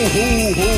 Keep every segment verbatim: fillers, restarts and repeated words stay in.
ho, ho.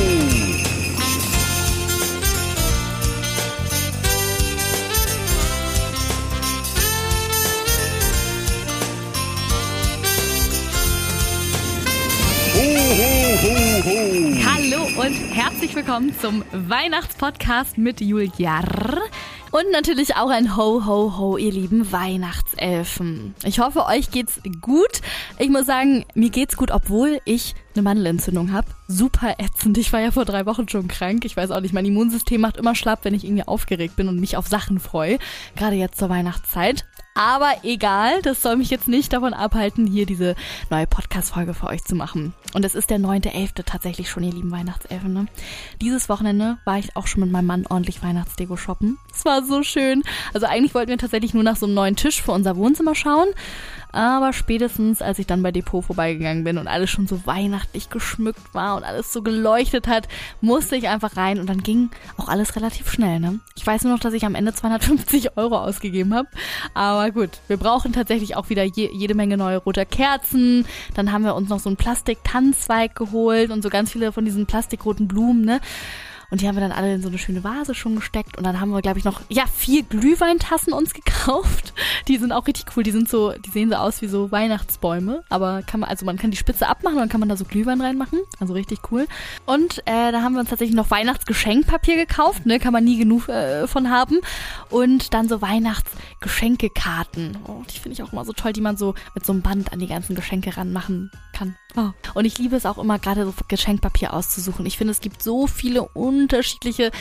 Hallo und herzlich willkommen zum Weihnachtspodcast mit Julia. Und natürlich auch ein Ho, Ho, Ho, ihr lieben Weihnachtselfen. Ich hoffe, euch geht's gut. Ich muss sagen, mir geht's gut, obwohl ich eine Mandelentzündung habe. Super ätzend. Ich war ja vor drei Wochen schon krank. Ich weiß auch nicht, mein Immunsystem macht immer schlapp, wenn ich irgendwie aufgeregt bin und mich auf Sachen freue. Gerade jetzt zur Weihnachtszeit. Aber egal, das soll mich jetzt nicht davon abhalten, hier diese neue Podcast-Folge für euch zu machen. Und es ist der neunte elfte tatsächlich schon, ihr lieben Weihnachtselfen. Ne? Dieses Wochenende war ich auch schon mit meinem Mann ordentlich Weihnachtsdeko shoppen. Es war so schön. Also eigentlich wollten wir tatsächlich nur nach so einem neuen Tisch für unser Wohnzimmer schauen. Aber spätestens, als ich dann bei Depot vorbeigegangen bin und alles schon so weihnachtlich geschmückt war und alles so geleuchtet hat, musste ich einfach rein und dann ging auch alles relativ schnell. Ne? Ich weiß nur noch, dass ich am Ende zweihundertfünfzig Euro ausgegeben habe. Aber gut, wir brauchen tatsächlich auch wieder je, jede Menge neue rote Kerzen. Dann haben wir uns noch so einen Plastik-Tannenzweig geholt und so ganz viele von diesen plastikroten Blumen, ne? Und die haben wir dann alle in so eine schöne Vase schon gesteckt. Und dann haben wir, glaube ich, noch, ja, vier Glühweintassen uns gekauft. Die sind auch richtig cool. Die sind so, die sehen so aus wie so Weihnachtsbäume. Aber kann man, also man kann die Spitze abmachen und dann kann man da so Glühwein reinmachen. Also richtig cool. Und äh, da haben wir uns tatsächlich noch Weihnachtsgeschenkpapier gekauft. Ne, kann man nie genug äh, von haben. Und dann so Weihnachtsgeschenkekarten. Oh, die finde ich auch immer so toll, die man so mit so einem Band an die ganzen Geschenke ranmachen kann. Oh. Und ich liebe es auch immer, gerade so Geschenkpapier auszusuchen. Ich finde, es gibt so viele unterschiedliche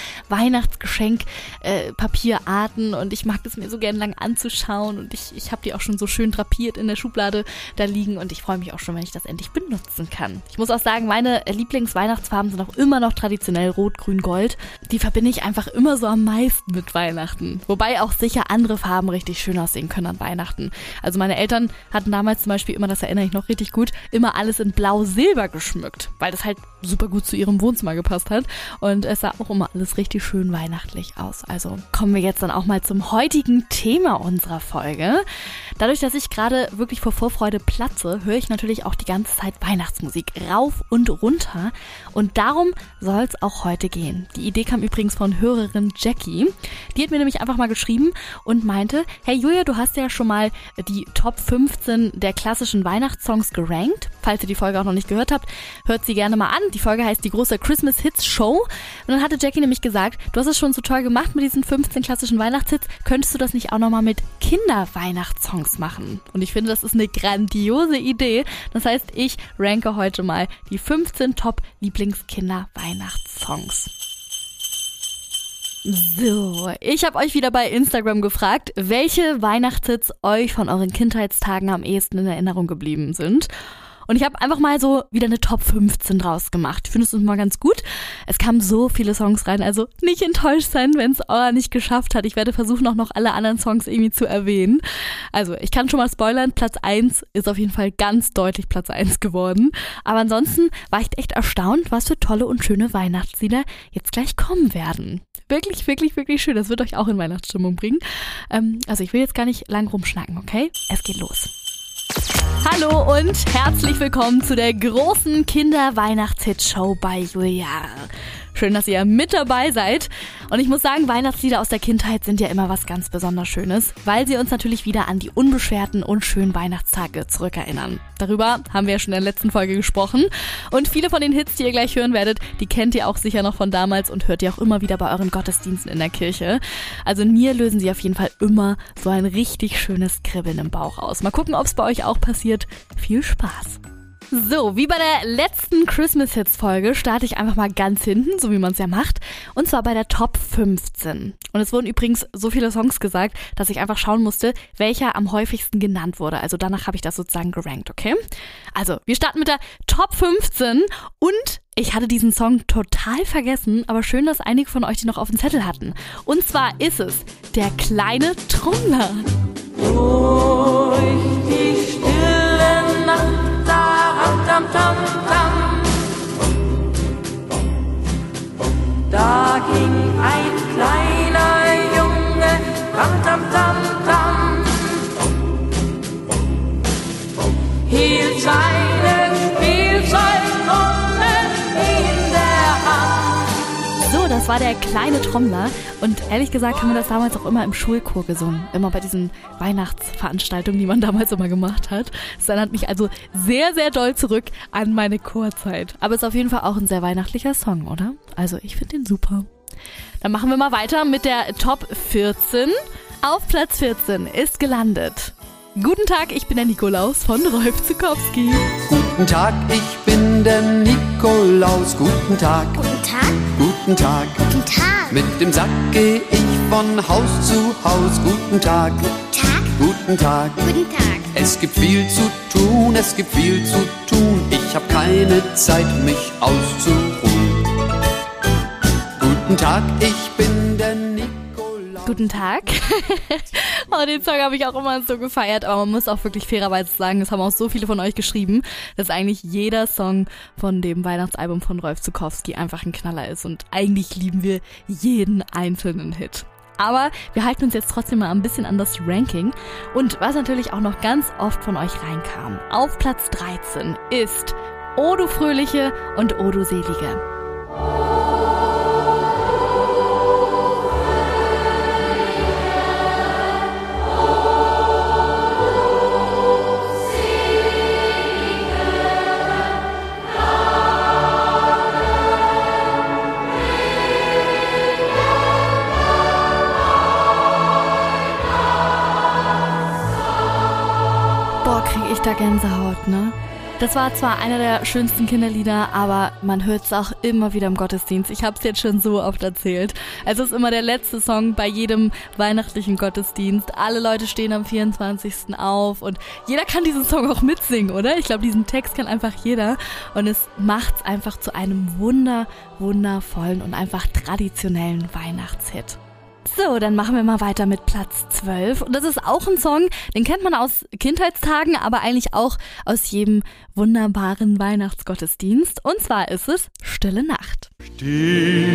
Weihnachtsgeschenkpapierarten äh, und ich mag es mir so gerne lang anzuschauen und ich, ich habe die auch schon so schön drapiert in der Schublade da liegen und ich freue mich auch schon, wenn ich das endlich benutzen kann. Ich muss auch sagen, meine Lieblingsweihnachtsfarben sind auch immer noch traditionell Rot, Grün, Gold. Die verbinde ich einfach immer so am meisten mit Weihnachten. Wobei auch sicher andere Farben richtig schön aussehen können an Weihnachten. Also meine Eltern hatten damals zum Beispiel immer, das erinnere ich noch richtig gut, immer alles in Blau-Silber geschmückt, weil das halt super gut zu ihrem Wohnzimmer gepasst hat und es sah auch immer alles richtig schön weihnachtlich aus. Also kommen wir jetzt dann auch mal zum heutigen Thema unserer Folge. Dadurch, dass ich gerade wirklich vor Vorfreude platze, höre ich natürlich auch die ganze Zeit Weihnachtsmusik rauf und runter und darum soll es auch heute gehen. Die Idee kam übrigens von Hörerin Jackie. Die hat mir nämlich einfach mal geschrieben und meinte, hey Julia, du hast ja schon mal die Top fünfzehn der klassischen Weihnachtssongs gerankt. Falls ihr die Folge auch noch nicht gehört habt, hört sie gerne mal an. Die Folge heißt die große Christmas Hits Show. Und dann hatte Jackie nämlich gesagt, du hast es schon so toll gemacht mit diesen fünfzehn klassischen Weihnachtshits. Könntest du das nicht auch nochmal mit Kinder-Weihnachtssongs machen? Und ich finde, das ist eine grandiose Idee. Das heißt, ich ranke heute mal die fünfzehn Top-Lieblings-Kinder-Weihnachtssongs. So, ich habe euch wieder bei Instagram gefragt, welche Weihnachtshits euch von euren Kindheitstagen am ehesten in Erinnerung geblieben sind. Und ich habe einfach mal so wieder eine Top fünfzehn draus gemacht. Ich finde es mal ganz gut. Es kamen so viele Songs rein, also nicht enttäuscht sein, wenn es Aura nicht geschafft hat. Ich werde versuchen, auch noch alle anderen Songs irgendwie zu erwähnen. Also ich kann schon mal spoilern, Platz eins ist auf jeden Fall ganz deutlich Platz eins geworden. Aber ansonsten war ich echt erstaunt, was für tolle und schöne Weihnachtslieder jetzt gleich kommen werden. Wirklich, wirklich, wirklich schön. Das wird euch auch in Weihnachtsstimmung bringen. Ähm, also ich will jetzt gar nicht lang rumschnacken, okay? Es geht los. Hallo und herzlich willkommen zu der großen Kinder-Weihnachtshit-Show bei Julia. Schön, dass ihr mit dabei seid. Und ich muss sagen, Weihnachtslieder aus der Kindheit sind ja immer was ganz besonders Schönes, weil sie uns natürlich wieder an die unbeschwerten und schönen Weihnachtstage zurückerinnern. Darüber haben wir ja schon in der letzten Folge gesprochen. Und viele von den Hits, die ihr gleich hören werdet, die kennt ihr auch sicher noch von damals und hört ihr auch immer wieder bei euren Gottesdiensten in der Kirche. Also in mir lösen sie auf jeden Fall immer so ein richtig schönes Kribbeln im Bauch aus. Mal gucken, ob es bei euch auch passiert. Viel Spaß! So, wie bei der letzten Christmas-Hits-Folge starte ich einfach mal ganz hinten, so wie man es ja macht, und zwar bei der Top fünfzehn. Und es wurden übrigens so viele Songs gesagt, dass ich einfach schauen musste, welcher am häufigsten genannt wurde. Also danach habe ich das sozusagen gerankt, okay? Also, wir starten mit der Top fünfzehn und ich hatte diesen Song total vergessen, aber schön, dass einige von euch die noch auf dem Zettel hatten. Und zwar ist es Der kleine Trommler. Durch die stille Nacht Tam, tam, tam. Da ging ein kleiner Junge, tam, tam, tam, tam. Hielt seine Spielzeugtrommel in war der kleine Trommler. Und ehrlich gesagt haben wir das damals auch immer im Schulchor gesungen. Immer bei diesen Weihnachtsveranstaltungen, die man damals immer gemacht hat. Das erinnert mich also sehr, sehr doll zurück an meine Chorzeit. Aber ist auf jeden Fall auch ein sehr weihnachtlicher Song, oder? Also ich finde den super. Dann machen wir mal weiter mit der Top vierzehn. Auf Platz vierzehn ist gelandet: Guten Tag, ich bin der Nikolaus von Rolf Zukowski. Guten Tag, ich bin der Nikolaus. Guten Tag. Guten Tag. Guten Tag. Guten Tag. Mit dem Sack geh ich von Haus zu Haus. Guten Tag. Tag. Guten Tag. Guten Tag. Es gibt viel zu tun, es gibt viel zu tun. Ich hab keine Zeit, mich auszuruhen. Guten Tag, ich bin der Nikolaus. Guten Tag. Oh, den Song habe ich auch immer so gefeiert, aber man muss auch wirklich fairerweise sagen, das haben auch so viele von euch geschrieben, dass eigentlich jeder Song von dem Weihnachtsalbum von Rolf Zukowski einfach ein Knaller ist und eigentlich lieben wir jeden einzelnen Hit. Aber wir halten uns jetzt trotzdem mal ein bisschen an das Ranking. Und was natürlich auch noch ganz oft von euch reinkam, auf Platz dreizehn ist O du Fröhliche und O du Selige. Boah, krieg ich da Gänsehaut, ne? Das war zwar einer der schönsten Kinderlieder, aber man hört es auch immer wieder im Gottesdienst. Ich habe es jetzt schon so oft erzählt. Es ist immer der letzte Song bei jedem weihnachtlichen Gottesdienst. Alle Leute stehen am vierundzwanzigsten auf und jeder kann diesen Song auch mitsingen, oder? Ich glaube, diesen Text kann einfach jeder und es macht's einfach zu einem wunder, wundervollen und einfach traditionellen Weihnachtshit. So, dann machen wir mal weiter mit Platz zwölf. Und das ist auch ein Song, den kennt man aus Kindheitstagen, aber eigentlich auch aus jedem wunderbaren Weihnachtsgottesdienst. Und zwar ist es Stille Nacht. Stille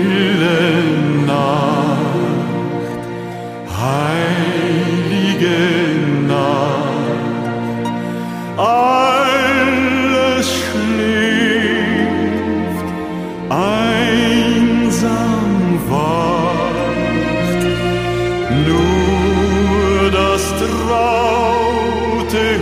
Nacht, heilige Nacht, alles schläft, einsam wacht. Nur das traute,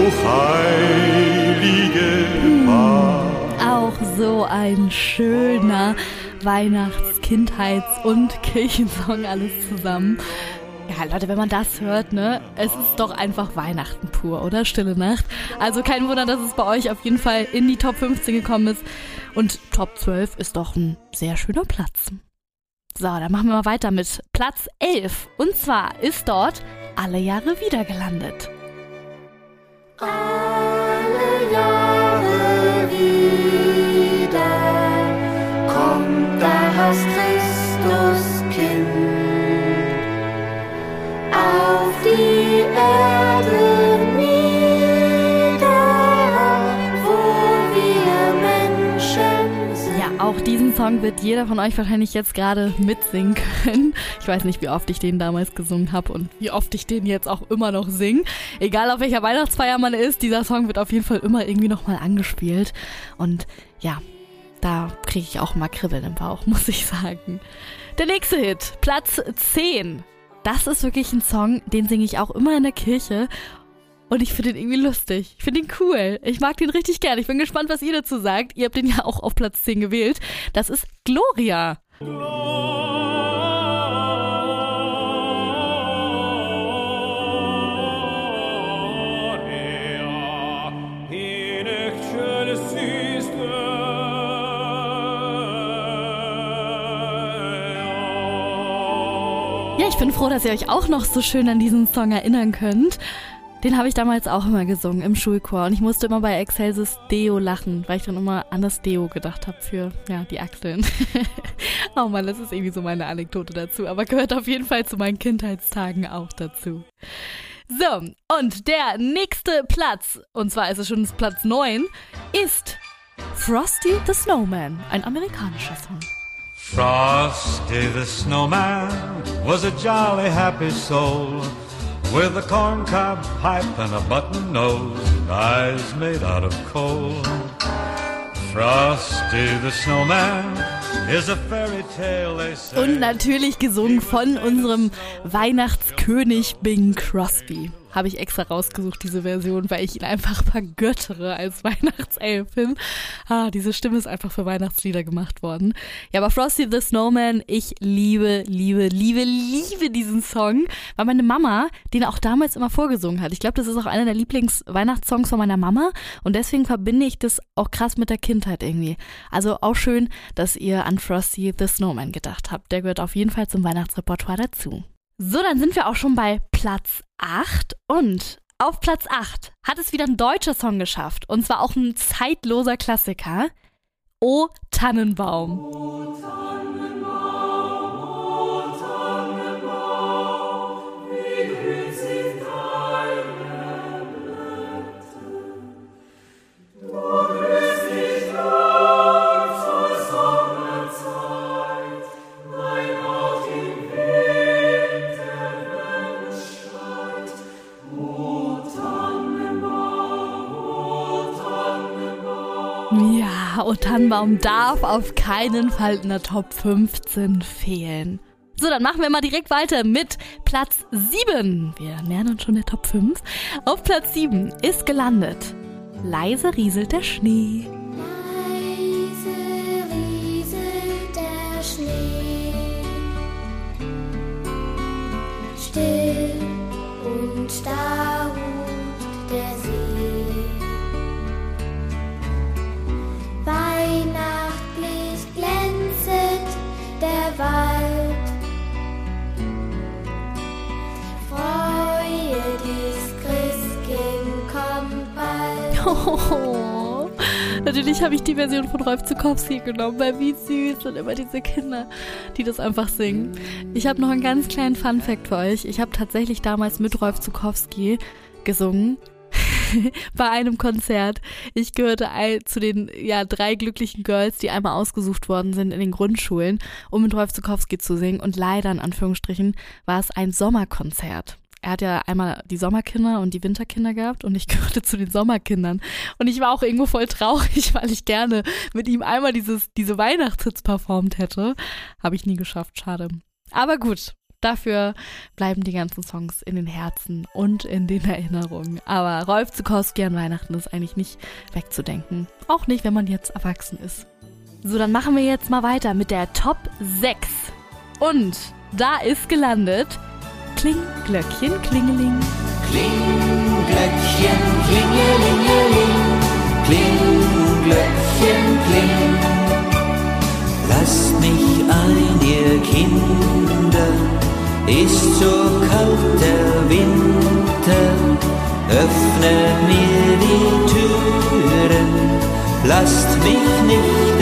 hochheilige Paar. Auch so ein schöner Weihnachts-, Kindheits- und Kirchensong, alles zusammen. Ja, Leute, wenn man das hört, ne, es ist doch einfach Weihnachten pur, oder? Stille Nacht. Also kein Wunder, dass es bei euch auf jeden Fall in die Top fünfzehn gekommen ist. Und Top zwölf ist doch ein sehr schöner Platz. So, dann machen wir mal weiter mit Platz elf. Und zwar ist dort Alle Jahre wieder gelandet. Alle Jahre wieder kommt das Christuskind auf die Erde nieder, wo wir Menschen sind. Ja, auch diesen Song wird jeder von euch wahrscheinlich jetzt gerade mitsingen können. Ich weiß nicht, wie oft ich den damals gesungen habe und wie oft ich den jetzt auch immer noch singe. Egal auf welcher Weihnachtsfeier man ist, dieser Song wird auf jeden Fall immer irgendwie nochmal angespielt. Und ja, da kriege ich auch mal Kribbeln im Bauch, muss ich sagen. Der nächste Hit, Platz zehn. Das ist wirklich ein Song, den singe ich auch immer in der Kirche. Und ich finde den irgendwie lustig. Ich finde ihn cool. Ich mag den richtig gern. Ich bin gespannt, was ihr dazu sagt. Ihr habt den ja auch auf Platz zehn gewählt. Das ist Gloria. Ja, ich bin froh, dass ihr euch auch noch so schön an diesen Song erinnern könnt. Den habe ich damals auch immer gesungen im Schulchor und ich musste immer bei Excelsis Deo lachen, weil ich dann immer an das Deo gedacht habe für ja die Achseln. Oh Mann, das ist irgendwie so meine Anekdote dazu, aber gehört auf jeden Fall zu meinen Kindheitstagen auch dazu. So, und der nächste Platz, und zwar ist es schon Platz neun, ist Frosty the Snowman, ein amerikanischer Song. Frosty the Snowman was a jolly happy soul with a corncob pipe and a button nose and eyes made out of coal. Frosty the Snowman, is a fairy tale, they say. Und natürlich gesungen von unserem Weihnachtskönig Bing Crosby. Habe ich extra rausgesucht, diese Version, weil ich ihn einfach vergöttere als Weihnachtselfin. Ah, diese Stimme ist einfach für Weihnachtslieder gemacht worden. Ja, aber Frosty the Snowman, ich liebe, liebe, liebe, liebe diesen Song, weil meine Mama den auch damals immer vorgesungen hat. Ich glaube, das ist auch einer der Lieblings-Weihnachtssongs von meiner Mama und deswegen verbinde ich das auch krass mit der Kindheit irgendwie. Also auch schön, dass ihr an Frosty the Snowman gedacht habt. Der gehört auf jeden Fall zum Weihnachtsrepertoire dazu. So, dann sind wir auch schon bei Platz acht und auf Platz acht hat es wieder ein deutscher Song geschafft und zwar auch ein zeitloser Klassiker. O Tannenbaum. O Tannenbaum, o Tannenbaum, wie grün sind deine Blätter. Du grüßt dich dort zur Sommerzeit, mein Ort im Winterwind schreit. O Tannenbaum, o Tannenbaum. Ja, O Tannenbaum darf auf keinen Fall in der Top fünfzehn fehlen. So, dann machen wir mal direkt weiter mit Platz sieben. Wir nähern uns schon der Top fünf. Auf Platz sieben ist gelandet Leise rieselt der Schnee. Leise rieselt der Schnee, still und starr ruht der See. Weihnachtlich glänzet der Wald, freue dich, Christkind, komm bald. Oh, natürlich habe ich die Version von Rolf Zukowski genommen, weil wie süß sind immer diese Kinder, die das einfach singen. Ich habe noch einen ganz kleinen Funfact für euch. Ich habe tatsächlich damals mit Rolf Zukowski gesungen bei einem Konzert. Ich gehörte zu den ja, drei glücklichen Girls, die einmal ausgesucht worden sind in den Grundschulen, um mit Rolf Zukowski zu singen. Und leider, in Anführungsstrichen, war es ein Sommerkonzert. Er hat ja einmal die Sommerkinder und die Winterkinder gehabt und ich gehörte zu den Sommerkindern. Und ich war auch irgendwo voll traurig, weil ich gerne mit ihm einmal dieses, diese Weihnachtshits performt hätte. Habe ich nie geschafft, schade. Aber gut, dafür bleiben die ganzen Songs in den Herzen und in den Erinnerungen. Aber Rolf Zukowski an Weihnachten ist eigentlich nicht wegzudenken. Auch nicht, wenn man jetzt erwachsen ist. So, dann machen wir jetzt mal weiter mit der Top sechs. Und da ist gelandet Kling, Glöckchen, Klingeling. Kling, Glöckchen, klingelingeling, kling, Glöckchen, kling. Lasst mich ein, ihr Kinder, ist so kalt der Winter. Öffnet mir die Türen, lasst mich nicht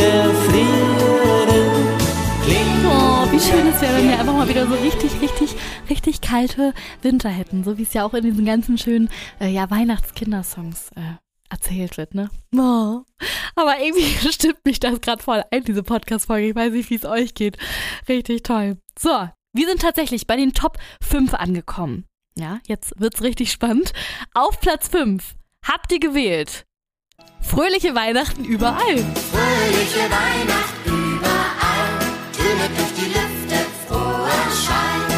erfrieren. Kling, Oh, wie schön es wäre, wenn wir einfach mal wieder so richtig, richtig, richtig kalte Winter hätten. So wie es ja auch in diesen ganzen schönen äh, ja, Weihnachts-Kindersongs äh, erzählt wird, ne? Oh. Aber irgendwie stimmt mich das gerade voll ein, diese Podcast-Folge. Ich weiß nicht, wie es euch geht. Richtig toll. So, wir sind tatsächlich bei den Top fünf angekommen. Ja, jetzt wird's richtig spannend. Auf Platz fünf habt ihr gewählt Fröhliche Weihnachten überall. Fröhliche Weihnacht überall, tönet durch die Lüfte froher Schein.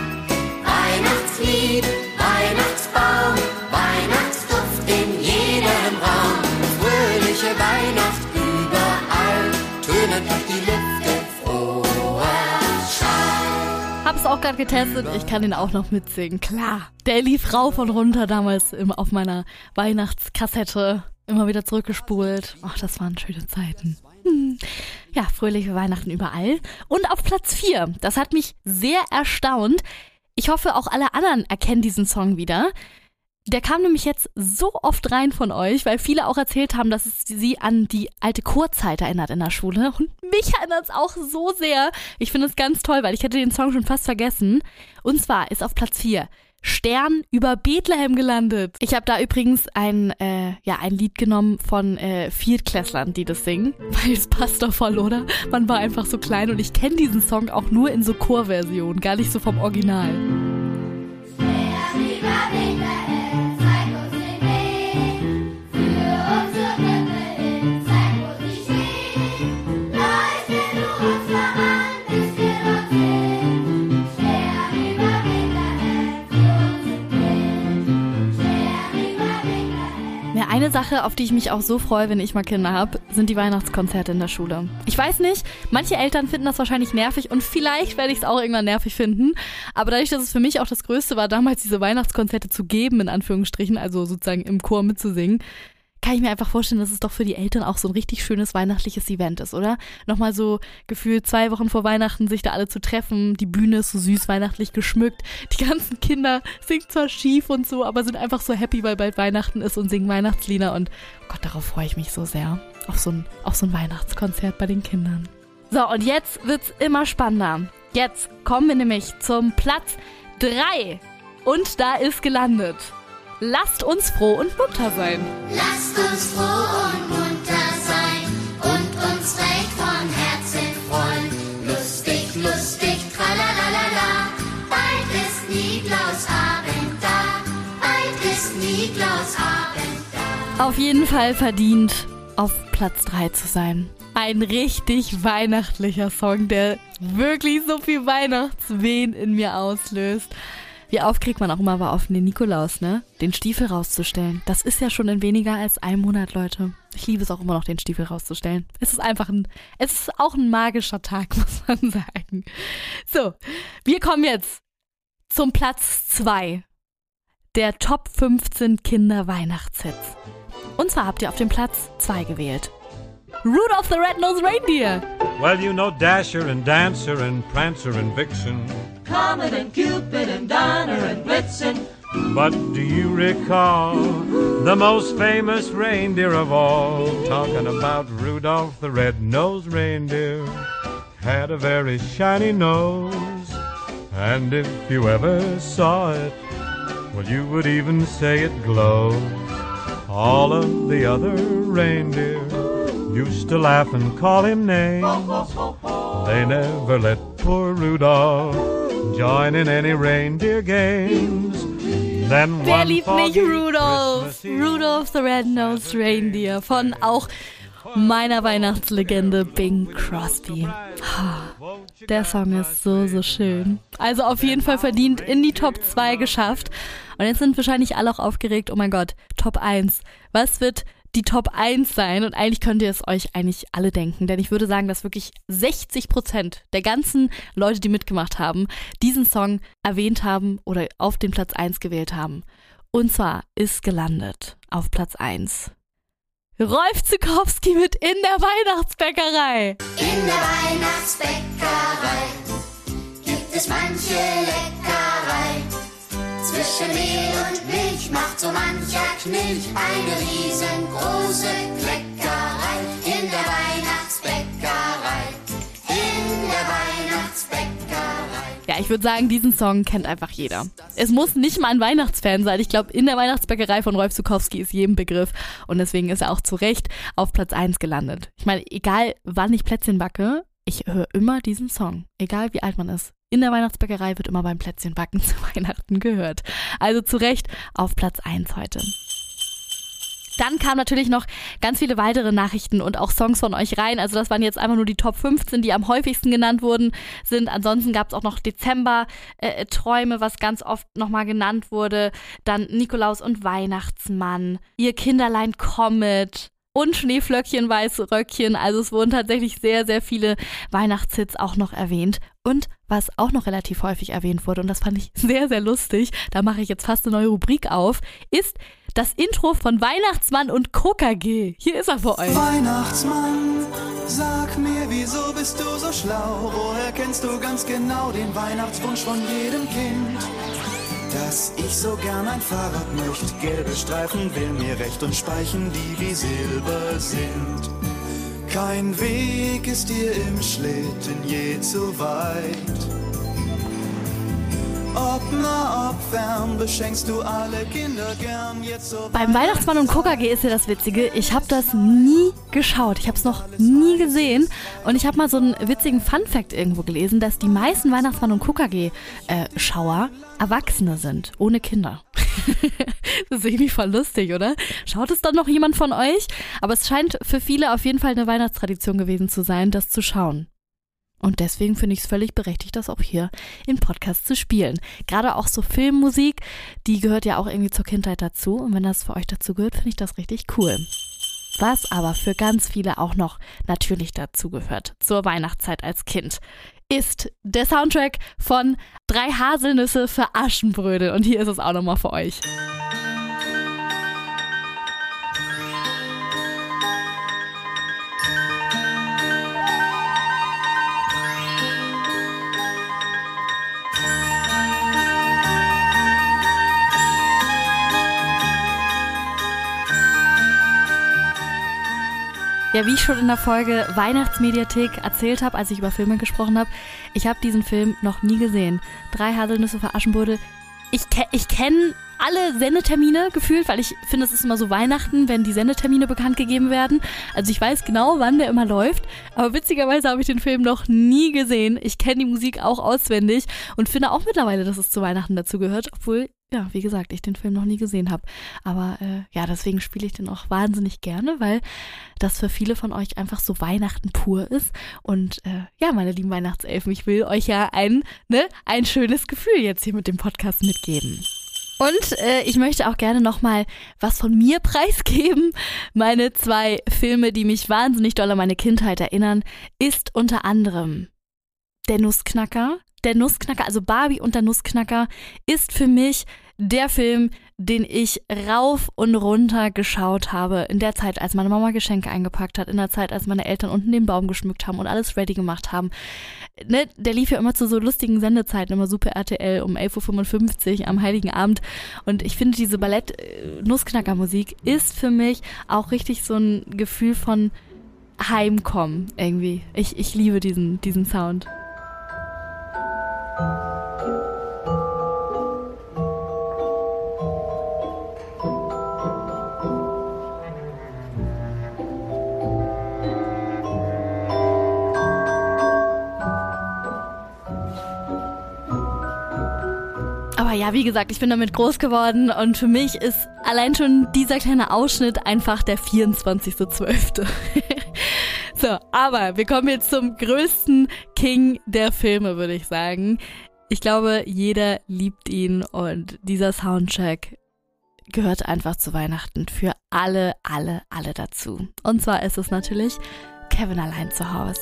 Weihnachtslied, Weihnachtsbaum, Weihnachtsduft in jedem Raum. Fröhliche Weihnacht überall, tönet durch die Lüfte froher Schein. Hab's auch gerade getestet, ich kann ihn auch noch mitsingen. Klar, der lief rauf und runter damals im, auf meiner Weihnachtskassette. Immer wieder zurückgespult. Ach, das waren schöne Zeiten. Hm. Ja, fröhliche Weihnachten überall. Und auf Platz vier, das hat mich sehr erstaunt. Ich hoffe, auch alle anderen erkennen diesen Song wieder. Der kam nämlich jetzt so oft rein von euch, weil viele auch erzählt haben, dass es sie an die alte Chorzeit erinnert in der Schule. Und mich erinnert es auch so sehr. Ich finde es ganz toll, weil ich hätte den Song schon fast vergessen. Und zwar ist auf Platz vier Stern über Bethlehem gelandet. Ich habe da übrigens ein, äh, ja, ein Lied genommen von äh, Viertklässlern, die das singen, weil es passt doch voll, oder? Man war einfach so klein und ich kenne diesen Song auch nur in so Chorversion, gar nicht so vom Original. Leuchte du uns Eine Sache, auf die ich mich auch so freue, wenn ich mal Kinder habe, sind die Weihnachtskonzerte in der Schule. Ich weiß nicht, manche Eltern finden das wahrscheinlich nervig und vielleicht werde ich es auch irgendwann nervig finden. Aber dadurch, dass es für mich auch das Größte war, damals diese Weihnachtskonzerte zu geben, in Anführungsstrichen, also sozusagen im Chor mitzusingen, kann ich mir einfach vorstellen, dass es doch für die Eltern auch so ein richtig schönes weihnachtliches Event ist, oder? Nochmal so gefühlt zwei Wochen vor Weihnachten sich da alle zu treffen. Die Bühne ist so süß weihnachtlich geschmückt. Die ganzen Kinder singen zwar schief und so, aber sind einfach so happy, weil bald Weihnachten ist und singen Weihnachtslieder. Und Gott, darauf freue ich mich so sehr. Auf so ein, auf so ein Weihnachtskonzert bei den Kindern. So, und jetzt wird's immer spannender. Jetzt kommen wir nämlich zum Platz drei. Und da ist gelandet. Lasst uns froh und munter sein. Lasst uns froh und munter sein und uns recht von Herzen freuen. Lustig, lustig, tralalala. Bald ist Nikolausabend da. Bald ist Nikolausabend da. Auf jeden Fall verdient, auf Platz drei zu sein. Ein richtig weihnachtlicher Song, der wirklich so viel Weihnachtswehen in mir auslöst. Wie aufgeregt man auch immer war auf den Nikolaus, ne? Den Stiefel rauszustellen. Das ist ja schon in weniger als einem Monat, Leute. Ich liebe es auch immer noch, den Stiefel rauszustellen. Es ist einfach ein, es ist auch ein magischer Tag, muss man sagen. So, wir kommen jetzt zum Platz zwei der Top fünfzehn Kinder-Weihnachtshits. Und zwar habt ihr auf den Platz zwei gewählt. Rudolph the Red-Nosed Reindeer. Well, you know Dasher and Dancer and Prancer and Vixen. Comet and Cupid and Donner and Blitzen. But do you recall the most famous reindeer of all? Talking about Rudolph the Red-Nosed Reindeer. Had a very shiny nose. And if you ever saw it, well, you would even say it glows. All of the other reindeer used to laugh and call him names. They never let poor Rudolph join in any reindeer games. Then Wer one liebt nicht foggy Rudolph? Christmas Eve, Rudolph the Red-Nosed Reindeer von auch meiner Weihnachtslegende Bing Crosby. Der Song ist so, so schön. Also auf jeden Fall verdient in die Top zwei geschafft. Und jetzt sind wahrscheinlich alle auch aufgeregt, oh mein Gott, Top eins. Was wird die Top eins sein? Und eigentlich könnt ihr es euch eigentlich alle denken, denn ich würde sagen, dass wirklich sechzig Prozent der ganzen Leute, die mitgemacht haben, diesen Song erwähnt haben oder auf den Platz eins gewählt haben. Und zwar ist gelandet auf Platz eins Rolf Zuckowski mit In der Weihnachtsbäckerei. In der Weihnachtsbäckerei gibt es manche Leckerei. Zwischen Mehl und Milch macht so mancher Knilch eine riesengroße Kleckerei. In der Weihnachtsbäckerei, in der Weihnachtsbäckerei. Ja, ich würde sagen, diesen Song kennt einfach jeder. Es muss nicht mal ein Weihnachtsfan sein. Ich glaube, In der Weihnachtsbäckerei von Rolf Zuckowski ist jedem Begriff. Und deswegen ist er auch zu Recht auf Platz eins gelandet. Ich meine, egal wann ich Plätzchen backe, ich höre immer diesen Song. Egal wie alt man ist. In der Weihnachtsbäckerei wird immer beim Plätzchenbacken zu Weihnachten gehört. Also zu Recht auf Platz eins heute. Dann kamen natürlich noch ganz viele weitere Nachrichten und auch Songs von euch rein. Also das waren jetzt einfach nur die Top fünfzehn, die am häufigsten genannt wurden sind. Ansonsten gab es auch noch Dezember-Träume, äh, was ganz oft nochmal genannt wurde. Dann Nikolaus und Weihnachtsmann, Ihr Kinderlein Comet und Schneeflöckchen, Weißröckchen. Also es wurden tatsächlich sehr, sehr viele Weihnachtshits auch noch erwähnt. Und was auch noch relativ häufig erwähnt wurde, und das fand ich sehr, sehr lustig, da mache ich jetzt fast eine neue Rubrik auf, ist das Intro von Weihnachtsmann und K G. Hier ist er für euch. Weihnachtsmann, sag mir, wieso bist du so schlau? Woher kennst du ganz genau den Weihnachtswunsch von jedem Kind? Dass ich so gern ein Fahrrad möchte, gelbe Streifen will mir recht und Speichen, die wie Silber sind. Kein Weg ist dir im Schlitten je zu weit. Ob nah, ob fern, beschenkst du alle Kinder gern jetzt so. Beim Weihnachtsmann und K G ist ja das Witzige, ich habe das nie geschaut, ich habe es noch nie gesehen und ich habe mal so einen witzigen Funfact irgendwo gelesen, dass die meisten Weihnachtsmann und K G-Schauer äh, Erwachsene sind, ohne Kinder. Das ist irgendwie voll lustig, oder? Schaut es dann noch jemand von euch? Aber es scheint für viele auf jeden Fall eine Weihnachtstradition gewesen zu sein, das zu schauen. Und deswegen finde ich es völlig berechtigt, das auch hier im Podcast zu spielen. Gerade auch so Filmmusik, die gehört ja auch irgendwie zur Kindheit dazu. Und wenn das für euch dazu gehört, finde ich das richtig cool. Was aber für ganz viele auch noch natürlich dazu gehört, zur Weihnachtszeit als Kind, ist der Soundtrack von Drei Haselnüsse für Aschenbrödel. Und hier ist es auch nochmal für euch. Ja, wie ich schon in der Folge Weihnachtsmediathek erzählt habe, als ich über Filme gesprochen habe, ich habe diesen Film noch nie gesehen. Drei Haselnüsse für Aschenbrödel. Ich, ke- ich kenne alle Sendetermine gefühlt, weil ich finde, es ist immer so Weihnachten, wenn die Sendetermine bekannt gegeben werden. Also ich weiß genau, wann der immer läuft, aber witzigerweise habe ich den Film noch nie gesehen. Ich kenne die Musik auch auswendig und finde auch mittlerweile, dass es zu Weihnachten dazu gehört, obwohl, ja, wie gesagt, ich den Film noch nie gesehen habe. Aber äh, ja, deswegen spiele ich den auch wahnsinnig gerne, weil das für viele von euch einfach so Weihnachten pur ist. Und äh, ja, meine lieben Weihnachtselfen, ich will euch ja ein, ne, ein schönes Gefühl jetzt hier mit dem Podcast mitgeben. Und äh, ich möchte auch gerne nochmal was von mir preisgeben. Meine zwei Filme, die mich wahnsinnig doll an meine Kindheit erinnern, ist unter anderem Der Nussknacker. Der Nussknacker, also Barbie und der Nussknacker, ist für mich der Film, den ich rauf und runter geschaut habe. In der Zeit, als meine Mama Geschenke eingepackt hat, in der Zeit, als meine Eltern unten den Baum geschmückt haben und alles ready gemacht haben. Ne, der lief ja immer zu so lustigen Sendezeiten, immer Super R T L um elf Uhr fünfundfünfzig am Heiligen Abend. Und ich finde, diese Ballett-Nussknacker-Musik ist für mich auch richtig so ein Gefühl von Heimkommen irgendwie. Ich, ich liebe diesen, diesen Sound. Aber ja, wie gesagt, ich bin damit groß geworden und für mich ist allein schon dieser kleine Ausschnitt einfach der vierundzwanzigster zwölfte So, aber wir kommen jetzt zum größten King der Filme, würde ich sagen. Ich glaube, jeder liebt ihn und dieser Soundtrack gehört einfach zu Weihnachten für alle, alle, alle dazu. Und zwar ist es natürlich Kevin allein zu Hause.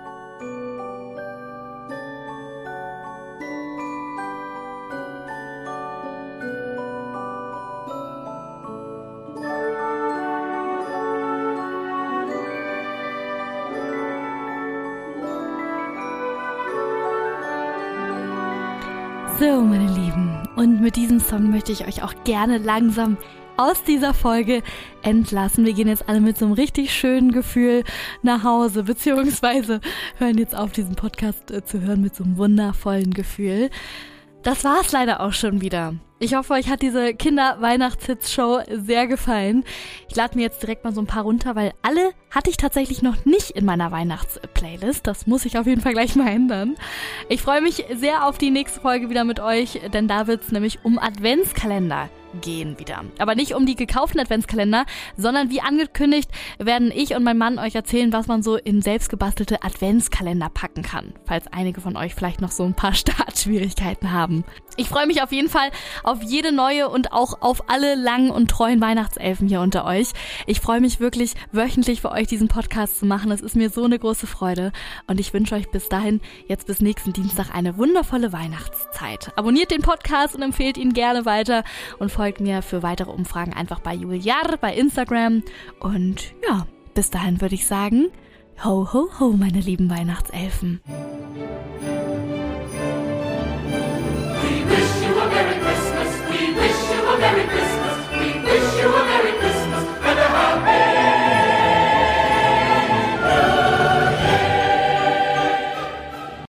So, meine Lieben, und mit diesem Song möchte ich euch auch gerne langsam aus dieser Folge entlassen. Wir gehen jetzt alle mit so einem richtig schönen Gefühl nach Hause, beziehungsweise hören jetzt auf, diesen Podcast äh, zu hören mit so einem wundervollen Gefühl. Das war's leider auch schon wieder. Ich hoffe, euch hat diese Kinder-Weihnachts-Hits-Show sehr gefallen. Ich lade mir jetzt direkt mal so ein paar runter, weil alle hatte ich tatsächlich noch nicht in meiner Weihnachts-Playlist. Das muss ich auf jeden Fall gleich mal ändern. Ich freue mich sehr auf die nächste Folge wieder mit euch, denn da wird es nämlich um Adventskalender gehen wieder. Aber nicht um die gekauften Adventskalender, sondern wie angekündigt werden ich und mein Mann euch erzählen, was man so in selbstgebastelte Adventskalender packen kann, falls einige von euch vielleicht noch so ein paar Startschwierigkeiten haben. Ich freue mich auf jeden Fall auf jede neue und auch auf alle langen und treuen Weihnachtselfen hier unter euch. Ich freue mich wirklich wöchentlich für euch diesen Podcast zu machen. Es ist mir so eine große Freude und ich wünsche euch bis dahin, jetzt bis nächsten Dienstag, eine wundervolle Weihnachtszeit. Abonniert den Podcast und empfehlt ihn gerne weiter und folgt mir für weitere Umfragen einfach bei Juliar bei Instagram. Und ja, bis dahin würde ich sagen, ho, ho, ho, meine lieben Weihnachtselfen. We wish you a Merry